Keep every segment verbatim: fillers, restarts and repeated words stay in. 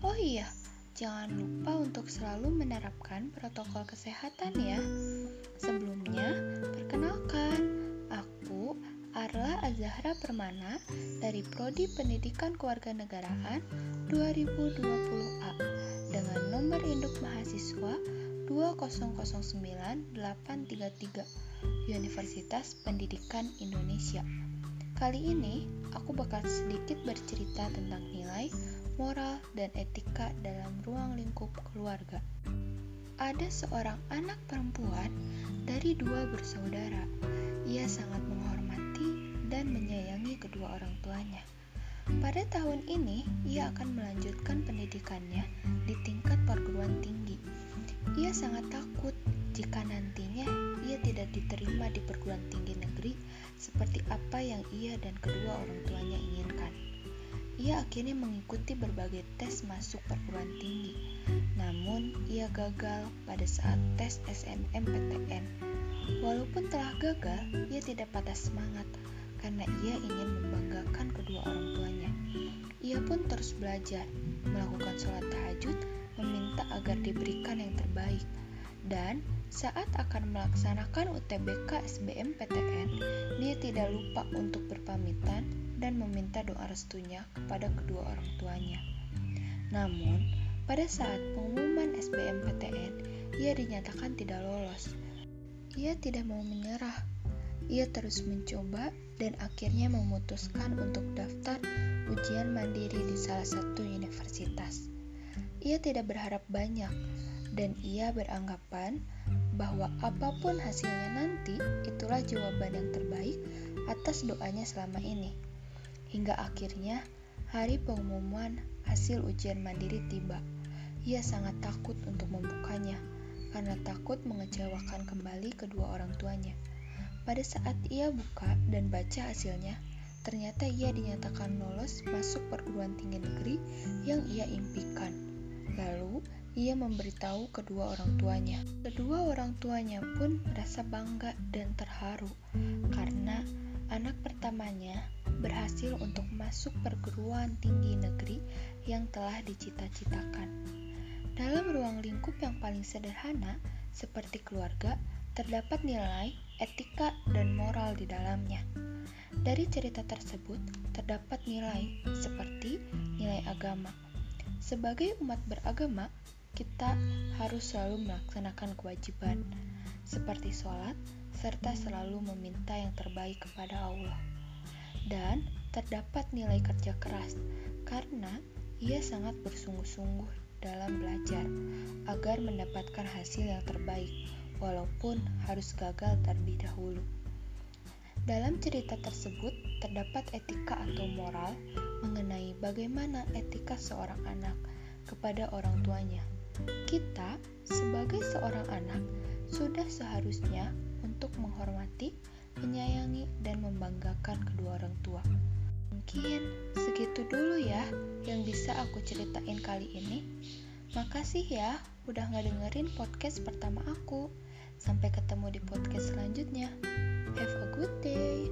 Oh iya, jangan lupa untuk selalu menerapkan protokol kesehatan ya. Sebelumnya, perkenalkan, aku Arla Azahra Permana dari Prodi Pendidikan Kewarganegaraan dua ribu dua puluh A dengan nomor induk mahasiswa dua nol nol sembilan delapan tiga tiga Universitas Pendidikan Indonesia. Kali ini, aku bakal sedikit bercerita tentang nilai, moral, dan etika dalam ruang lingkup keluarga. Ada seorang anak perempuan dari dua bersaudara. Ia sangat menghormati dan menyayangi kedua orang tuanya. Pada tahun ini, ia akan melanjutkan pendidikannya di tingkat perguruan tinggi. Ia sangat takut jika nantinya ia tidak diterima di perguruan tinggi negeri seperti apa yang ia dan kedua orang tuanya inginkan. Ia akhirnya mengikuti berbagai tes masuk perguruan tinggi, namun ia gagal pada saat tes S N M P T N. Walaupun telah gagal, ia tidak patah semangat karena ia ingin membanggakan kedua orang tuanya. Ia pun terus belajar, melakukan sholat tahajud, meminta agar diberikan yang terbaik. Dan saat akan melaksanakan U T B K S B M P T N, dia tidak lupa untuk berpamitan dan meminta doa restunya kepada kedua orang tuanya. Namun, pada saat pengumuman S B M P T N, ia dinyatakan tidak lolos. Ia tidak mau menyerah. Ia terus mencoba dan akhirnya memutuskan untuk daftar ujian mandiri di salah satu universitas. Ia tidak berharap banyak, dan ia beranggapan bahwa apapun hasilnya nanti, itulah jawaban yang terbaik atas doanya selama ini. Hingga akhirnya, hari pengumuman hasil ujian mandiri tiba. Ia sangat takut untuk membukanya, karena takut mengecewakan kembali kedua orang tuanya. Pada saat ia buka dan baca hasilnya, ternyata ia dinyatakan lolos masuk perguruan tinggi negeri yang ia impikan. Lalu, ia memberitahu kedua orang tuanya. Kedua orang tuanya pun merasa bangga dan terharu karena anak pertamanya berhasil untuk masuk perguruan tinggi negeri yang telah dicita-citakan. Dalam ruang lingkup yang paling sederhana, seperti keluarga, terdapat nilai, etika, dan moral di dalamnya. Dari cerita tersebut, terdapat nilai seperti nilai agama. Sebagai umat beragama, kita harus selalu melaksanakan kewajiban, seperti sholat, serta selalu meminta yang terbaik kepada Allah. Dan terdapat nilai kerja keras, karena ia sangat bersungguh-sungguh dalam belajar, agar mendapatkan hasil yang terbaik, walaupun harus gagal terlebih dahulu. Dalam cerita tersebut, terdapat etika atau moral mengenai bagaimana etika seorang anak kepada orang tuanya. Kita, sebagai seorang anak, sudah seharusnya untuk menghormati, menyayangi, dan membanggakan kedua orang tua. Mungkin segitu dulu ya yang bisa aku ceritain kali ini. Makasih ya udah ngedengerin podcast pertama aku. Sampai ketemu di podcast selanjutnya. Have a good day.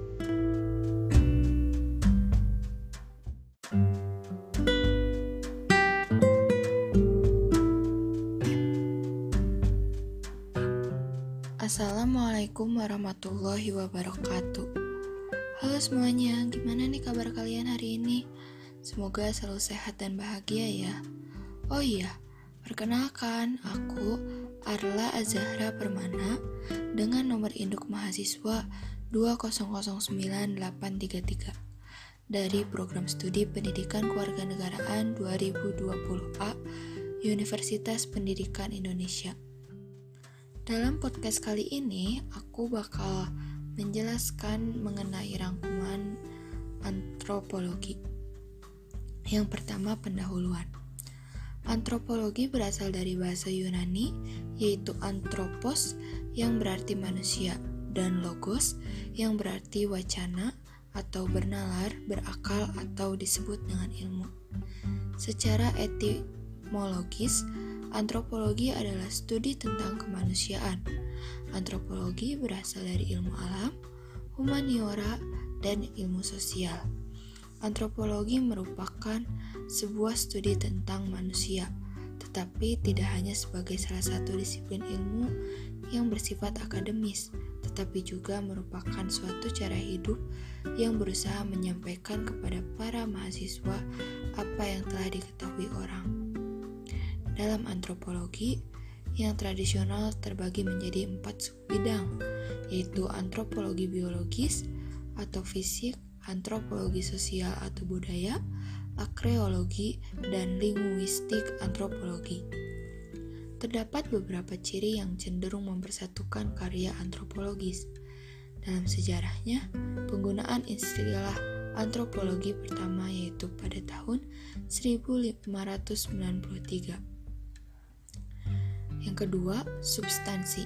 Assalamualaikum warahmatullahi wabarakatuh. Halo semuanya, gimana nih kabar kalian hari ini? Semoga selalu sehat dan bahagia ya. Oh iya, perkenalkan aku Arla Azahra Permana dengan nomor induk mahasiswa dua nol nol sembilan delapan tiga tiga dari Program Studi Pendidikan Kewarganegaraan dua ribu dua puluh A Universitas Pendidikan Indonesia. Dalam podcast kali ini, aku bakal menjelaskan mengenai rangkuman antropologi. Yang pertama, pendahuluan. Antropologi berasal dari bahasa Yunani, yaitu anthropos yang berarti manusia, dan logos yang berarti wacana atau bernalar, berakal atau disebut dengan ilmu. Secara etimologis, antropologi adalah studi tentang kemanusiaan. Antropologi berasal dari ilmu alam, humaniora, dan ilmu sosial. Antropologi merupakan sebuah studi tentang manusia, tetapi tidak hanya sebagai salah satu disiplin ilmu yang bersifat akademis, tetapi juga merupakan suatu cara hidup yang berusaha menyampaikan kepada para mahasiswa apa yang telah diketahui orang. Dalam antropologi, yang tradisional terbagi menjadi empat subbidang, yaitu antropologi biologis atau fisik, antropologi sosial atau budaya, arkeologi, dan linguistik antropologi. Terdapat beberapa ciri yang cenderung mempersatukan karya antropologis. Dalam sejarahnya, penggunaan istilah antropologi pertama yaitu pada tahun seribu lima ratus sembilan puluh tiga. Yang kedua, substansi.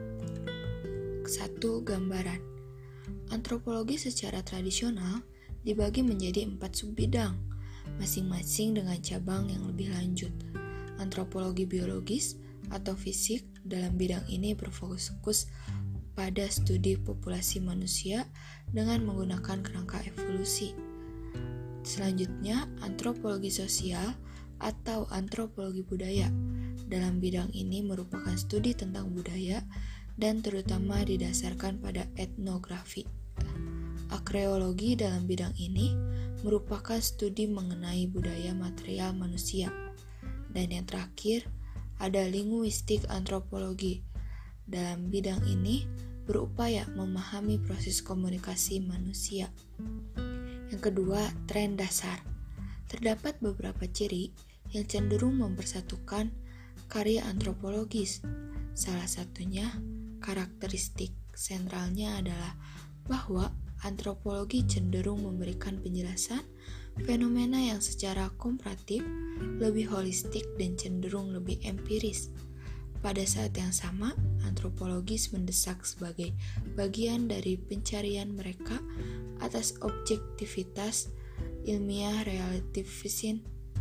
Satu, gambaran. Antropologi secara tradisional dibagi menjadi empat subbidang, masing-masing dengan cabang yang lebih lanjut. Antropologi biologis atau fisik dalam bidang ini berfokus pada studi populasi manusia dengan menggunakan kerangka evolusi. Selanjutnya, antropologi sosial atau antropologi budaya. Dalam bidang ini merupakan studi tentang budaya dan terutama didasarkan pada etnografi. Arkeologi dalam bidang ini merupakan studi mengenai budaya material manusia. Dan yang terakhir, ada linguistik antropologi. Dalam bidang ini berupaya memahami proses komunikasi manusia. Yang kedua, tren dasar. Terdapat beberapa ciri yang cenderung mempersatukan karya antropologis. Salah satunya, karakteristik sentralnya adalah bahwa antropologi cenderung memberikan penjelasan fenomena yang secara komparatif, lebih holistik dan cenderung lebih empiris. Pada saat yang sama, antropologis mendesak sebagai bagian dari pencarian mereka atas objektivitas ilmiah relativisme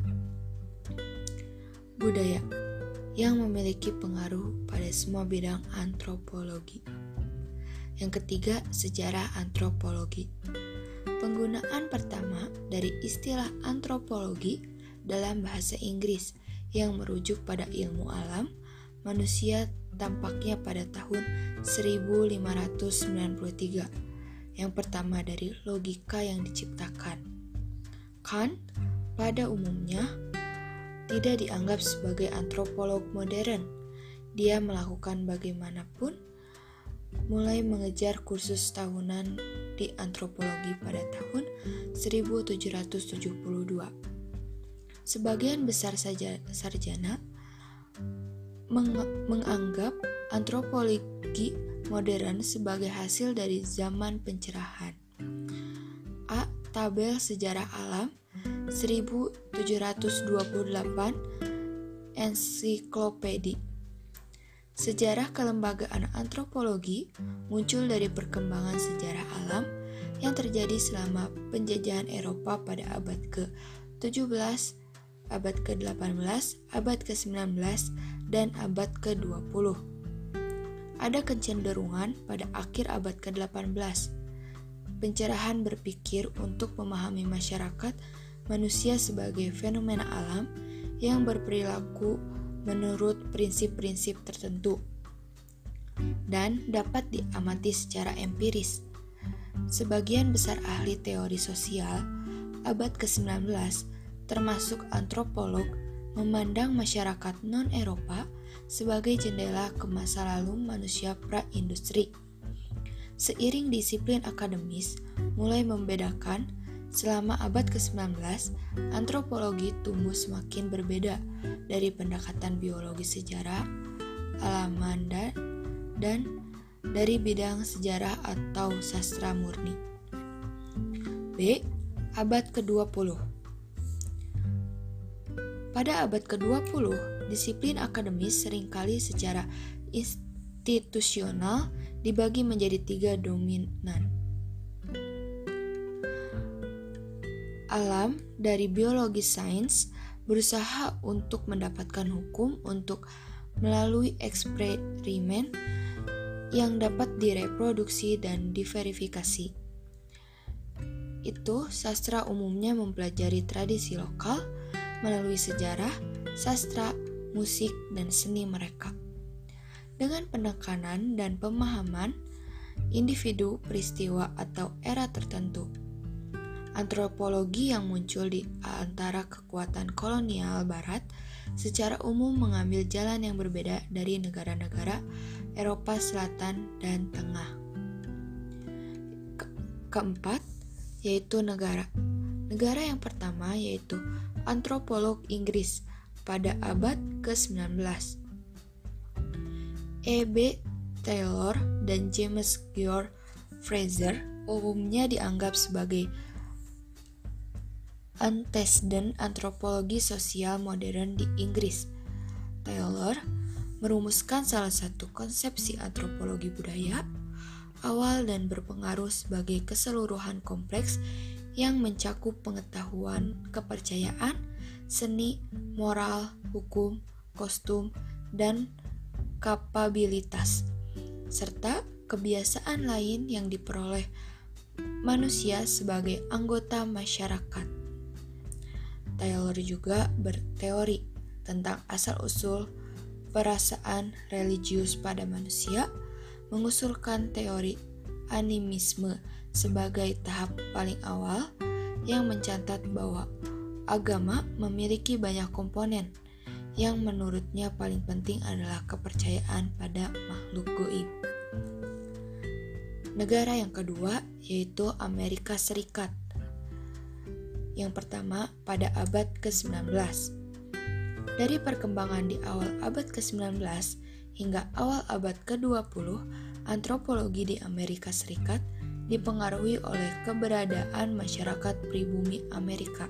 budaya yang memiliki pengaruh pada semua bidang antropologi. Yang ketiga, sejarah antropologi. Penggunaan pertama dari istilah antropologi dalam bahasa Inggris yang merujuk pada ilmu alam manusia tampaknya pada tahun seribu lima ratus sembilan puluh tiga. Yang pertama dari logika yang diciptakan. Kant pada umumnya tidak dianggap sebagai antropolog modern. Dia melakukan bagaimanapun mulai mengejar kursus tahunan di antropologi pada tahun seribu tujuh ratus tujuh puluh dua. Sebagian besar saja sarjana meng- menganggap antropologi modern sebagai hasil dari zaman pencerahan. A. Tabel Sejarah Alam seribu tujuh ratus dua puluh delapan Ensiklopedi. Sejarah kelembagaan antropologi muncul dari perkembangan sejarah alam yang terjadi selama penjajahan Eropa pada abad ke tujuh belas, abad ke delapan belas, abad ke sembilan belas, dan abad ke dua puluh. Ada kecenderungan pada akhir abad ke delapan belas. Pencerahan berpikir untuk memahami masyarakat manusia sebagai fenomena alam yang berperilaku menurut prinsip-prinsip tertentu dan dapat diamati secara empiris. Sebagian besar ahli teori sosial abad ke sembilan belas, termasuk antropolog, memandang masyarakat non-Eropa sebagai jendela ke masa lalu manusia pra-industri. Seiring disiplin akademis mulai membedakan, selama abad ke sembilan belas, antropologi tumbuh semakin berbeda dari pendekatan biologi sejarah alamanda dan dari bidang sejarah atau sastra murni. B. Abad ke dua puluh. Pada abad ke dua puluh, disiplin akademis seringkali secara institusional dibagi menjadi tiga dominan. Alam dari biologi sains berusaha untuk mendapatkan hukum untuk melalui eksperimen yang dapat direproduksi dan diverifikasi. Itu sastra umumnya mempelajari tradisi lokal melalui sejarah, sastra, musik, dan seni mereka. Dengan penekanan dan pemahaman individu, peristiwa, atau era tertentu. Antropologi yang muncul di antara kekuatan kolonial barat secara umum mengambil jalan yang berbeda dari negara-negara Eropa Selatan dan Tengah. Ke- keempat, yaitu negara. Negara yang pertama yaitu antropolog Inggris pada abad ke sembilan belas. E B Taylor dan James George Frazer umumnya dianggap sebagai anteseden antropologi sosial modern di Inggris. Taylor merumuskan salah satu konsepsi antropologi budaya awal dan berpengaruh sebagai keseluruhan kompleks yang mencakup pengetahuan, kepercayaan, seni, moral, hukum, kostum, dan kapabilitas, serta kebiasaan lain yang diperoleh manusia sebagai anggota masyarakat. Taylor juga berteori tentang asal-usul perasaan religius pada manusia, mengusulkan teori animisme sebagai tahap paling awal yang mencatat bahwa agama memiliki banyak komponen, yang menurutnya paling penting adalah kepercayaan pada makhluk gaib. Negara yang kedua yaitu Amerika Serikat. Yang pertama pada abad ke sembilan belas. Dari perkembangan di awal abad ke sembilan belas hingga awal abad ke dua puluh, antropologi di Amerika Serikat dipengaruhi oleh keberadaan masyarakat pribumi Amerika.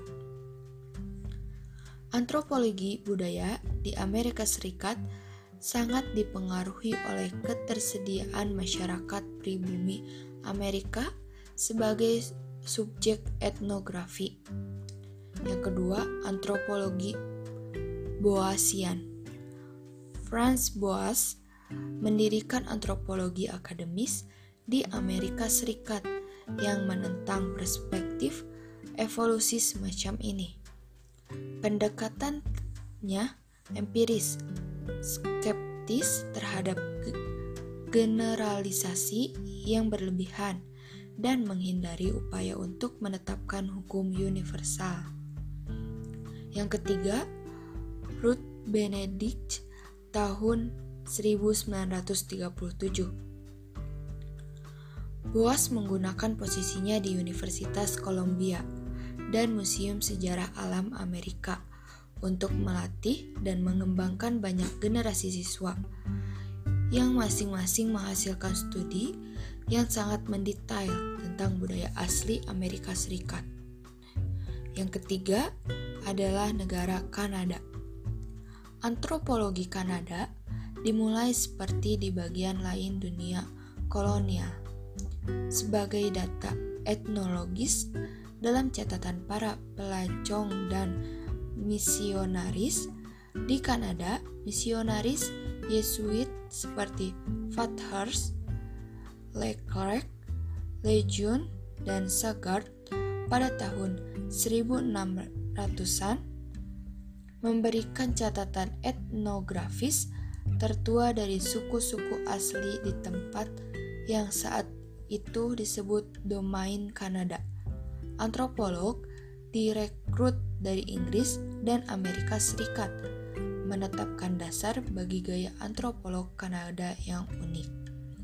Antropologi budaya di Amerika Serikat sangat dipengaruhi oleh ketersediaan masyarakat pribumi Amerika sebagai subjek etnografi. Yang kedua, antropologi Boasian. Franz Boas mendirikan antropologi akademis di Amerika Serikat yang menentang perspektif evolusi semacam ini. Pendekatannya empiris, skeptis terhadap generalisasi yang berlebihan, dan menghindari upaya untuk menetapkan hukum universal. Yang ketiga, Ruth Benedict tahun seribu sembilan ratus tiga puluh tujuh. Boas menggunakan posisinya di Universitas Columbia dan Museum Sejarah Alam Amerika untuk melatih dan mengembangkan banyak generasi siswa yang masing-masing menghasilkan studi yang sangat mendetail tentang budaya asli Amerika Serikat. Yang ketiga adalah negara Kanada. Antropologi Kanada dimulai seperti di bagian lain dunia kolonial, sebagai data etnologis dalam catatan para pelancong dan misionaris. Di Kanada, misionaris Yesuit seperti Fathurst, Leclerc, Lejeune, dan Sagard pada tahun seribu enam ratusan memberikan catatan etnografis tertua dari suku-suku asli di tempat yang saat itu disebut domain Kanada. Antropolog direkrut dari Inggris dan Amerika Serikat, menetapkan dasar bagi gaya antropolog Kanada yang unik.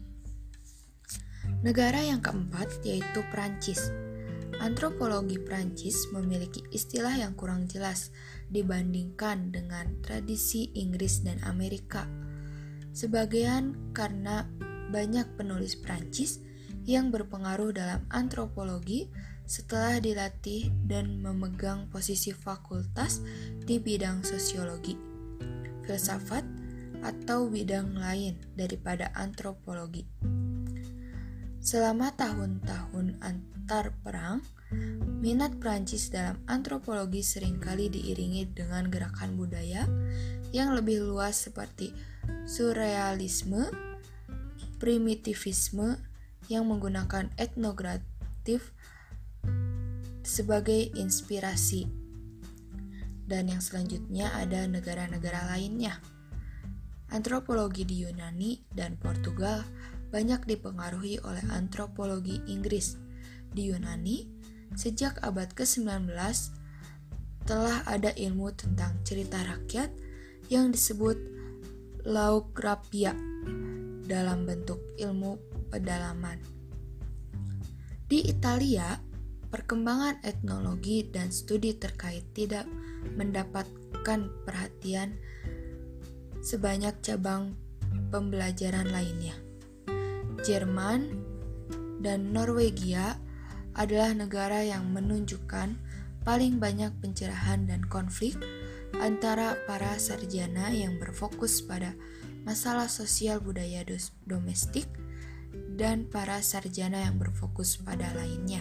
Negara yang keempat yaitu Prancis. Antropologi Prancis memiliki istilah yang kurang jelas dibandingkan dengan tradisi Inggris dan Amerika. Sebagian karena banyak penulis Prancis yang berpengaruh dalam antropologi setelah dilatih dan memegang posisi fakultas di bidang sosiologi, filsafat, atau bidang lain daripada antropologi. Selama tahun-tahun antar perang, minat Prancis dalam antropologi seringkali diiringi dengan gerakan budaya yang lebih luas seperti surrealisme, primitivisme yang menggunakan etnografis sebagai inspirasi. Dan yang selanjutnya ada negara-negara lainnya. Antropologi di Yunani dan Portugal banyak dipengaruhi oleh antropologi Inggris. Di Yunani, sejak abad kesembilan belas, telah ada ilmu tentang cerita rakyat yang disebut Logographia dalam bentuk ilmu pedalaman. Di Italia, perkembangan etnologi dan studi terkait tidak mendapatkan perhatian sebanyak cabang pembelajaran lainnya. Jerman dan Norwegia adalah negara yang menunjukkan paling banyak pencerahan dan konflik antara para sarjana yang berfokus pada masalah sosial budaya dos- domestik dan para sarjana yang berfokus pada lainnya.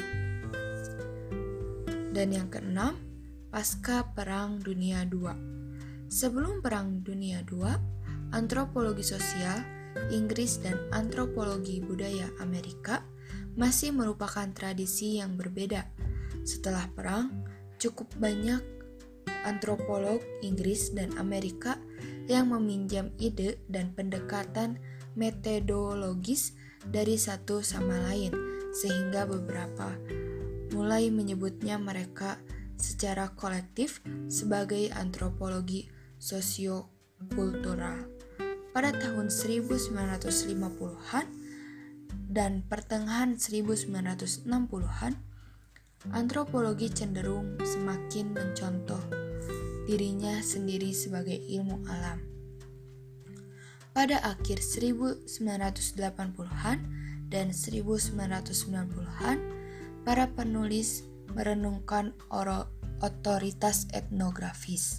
Dan yang keenam, pasca Perang Dunia kedua. Sebelum Perang Dunia kedua, antropologi sosial Inggris dan antropologi budaya Amerika masih merupakan tradisi yang berbeda. Setelah perang, cukup banyak antropolog Inggris dan Amerika yang meminjam ide dan pendekatan metodologis dari satu sama lain, sehingga beberapa mulai menyebutnya mereka secara kolektif sebagai antropologi sosiokultural. Pada tahun seribu sembilan ratus lima puluhan dan pertengahan seribu sembilan ratus enam puluhan, antropologi cenderung semakin mencontoh dirinya sendiri sebagai ilmu alam. Pada akhir seribu sembilan ratus delapan puluhan dan seribu sembilan ratus sembilan puluhan, para penulis merenungkan oro- otoritas etnografis.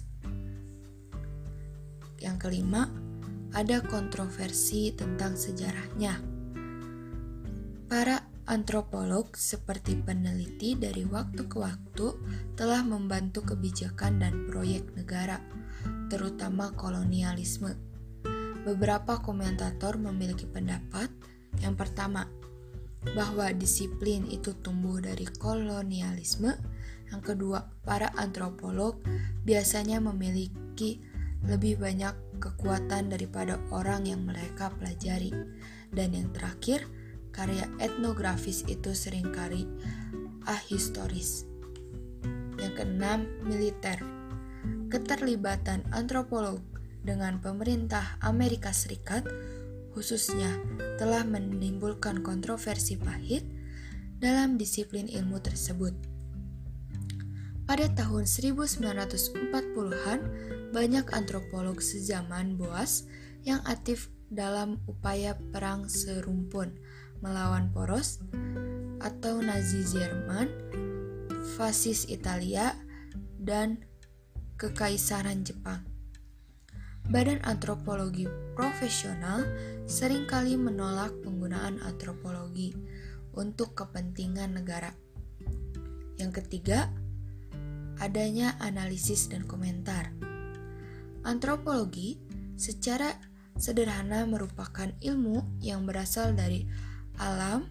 Yang kelima, ada kontroversi tentang sejarahnya. Para antropolog seperti peneliti dari waktu ke waktu telah membantu kebijakan dan proyek negara, terutama kolonialisme. Beberapa komentator memiliki pendapat yang pertama, bahwa disiplin itu tumbuh dari kolonialisme. Yang kedua, para antropolog biasanya memiliki lebih banyak kekuatan daripada orang yang mereka pelajari. Dan yang terakhir, karya etnografis itu seringkali ahistoris. Yang keenam, militer. Keterlibatan antropolog dengan pemerintah Amerika Serikat khususnya telah menimbulkan kontroversi pahit dalam disiplin ilmu tersebut. Pada tahun seribu sembilan ratus empat puluhan, banyak antropolog sezaman Boas yang aktif dalam upaya perang serumpun melawan Poros atau Nazi Jerman, fasis Italia, dan Kekaisaran Jepang. Badan antropologi profesional seringkali menolak penggunaan antropologi untuk kepentingan negara. Yang ketiga, adanya analisis dan komentar. Antropologi secara sederhana merupakan ilmu yang berasal dari alam,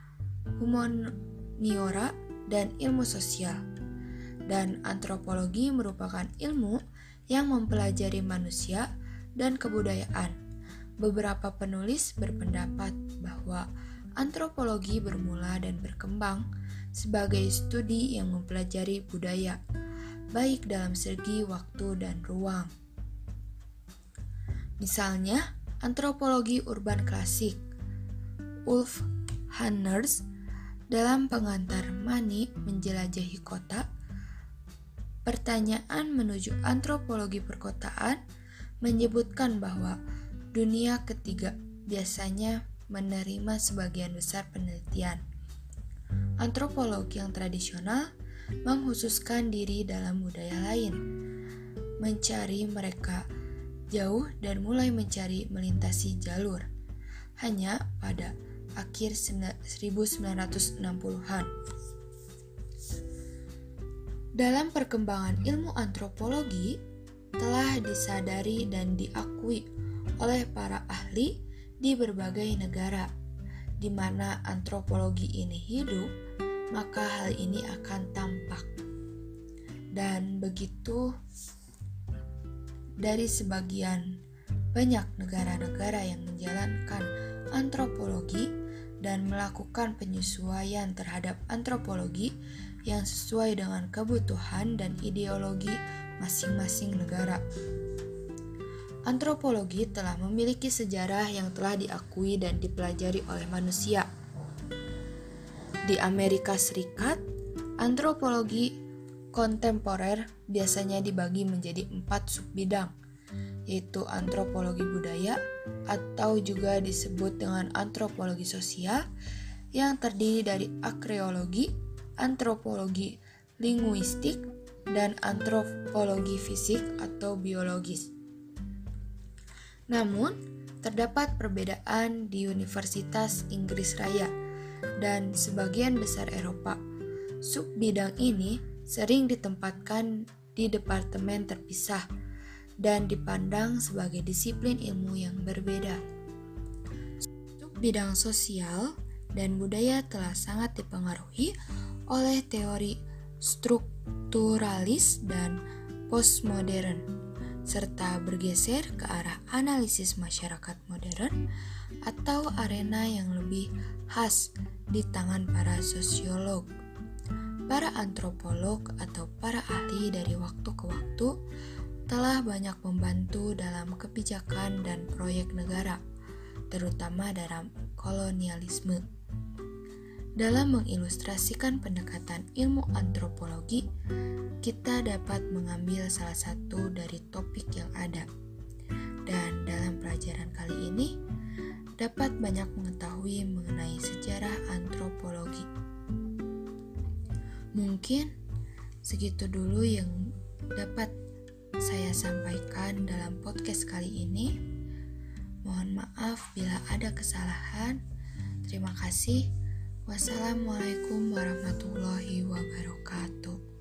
humaniora, dan ilmu sosial. Dan antropologi merupakan ilmu yang mempelajari manusia dan kebudayaan. Beberapa penulis berpendapat bahwa antropologi bermula dan berkembang sebagai studi yang mempelajari budaya, baik dalam segi waktu dan ruang. Misalnya, antropologi urban klasik. Ulf Hanners dalam pengantar Mani menjelajahi kota, pertanyaan menuju antropologi perkotaan menyebutkan bahwa dunia ketiga biasanya menerima sebagian besar penelitian. Antropolog yang tradisional menghususkan diri dalam budaya lain, mencari mereka jauh dan mulai mencari melintasi jalur hanya pada akhir seribu sembilan ratus enam puluhan. Dalam perkembangan ilmu antropologi telah disadari dan diakui oleh para ahli di berbagai negara. Di mana antropologi ini hidup, maka hal ini akan tampak. Dan begitu dari sebagian banyak negara-negara yang menjalankan antropologi dan melakukan penyesuaian terhadap antropologi yang sesuai dengan kebutuhan dan ideologi masing-masing negara. Antropologi telah memiliki sejarah yang telah diakui dan dipelajari oleh manusia. Di Amerika Serikat, antropologi kontemporer biasanya dibagi menjadi empat subbidang, yaitu antropologi budaya atau juga disebut dengan antropologi sosial yang terdiri dari arkeologi, antropologi linguistik, dan antropologi fisik atau biologis. Namun, terdapat perbedaan di Universitas Inggris Raya dan sebagian besar Eropa. Subbidang ini sering ditempatkan di departemen terpisah dan dipandang sebagai disiplin ilmu yang berbeda. Subbidang sosial dan budaya telah sangat dipengaruhi oleh teori strukturalis dan postmodern, serta bergeser ke arah analisis masyarakat modern atau arena yang lebih khas di tangan para sosiolog. Para antropolog atau para ahli dari waktu ke waktu telah banyak membantu dalam kebijakan dan proyek negara, terutama dalam kolonialisme. Dalam mengilustrasikan pendekatan ilmu antropologi, kita dapat mengambil salah satu dari topik yang ada. Dan dalam pelajaran kali ini, dapat banyak mengetahui mengenai sejarah antropologi. Mungkin segitu dulu yang dapat saya sampaikan dalam podcast kali ini. Mohon maaf bila ada kesalahan. Terima kasih. Wassalamualaikum warahmatullahi wabarakatuh.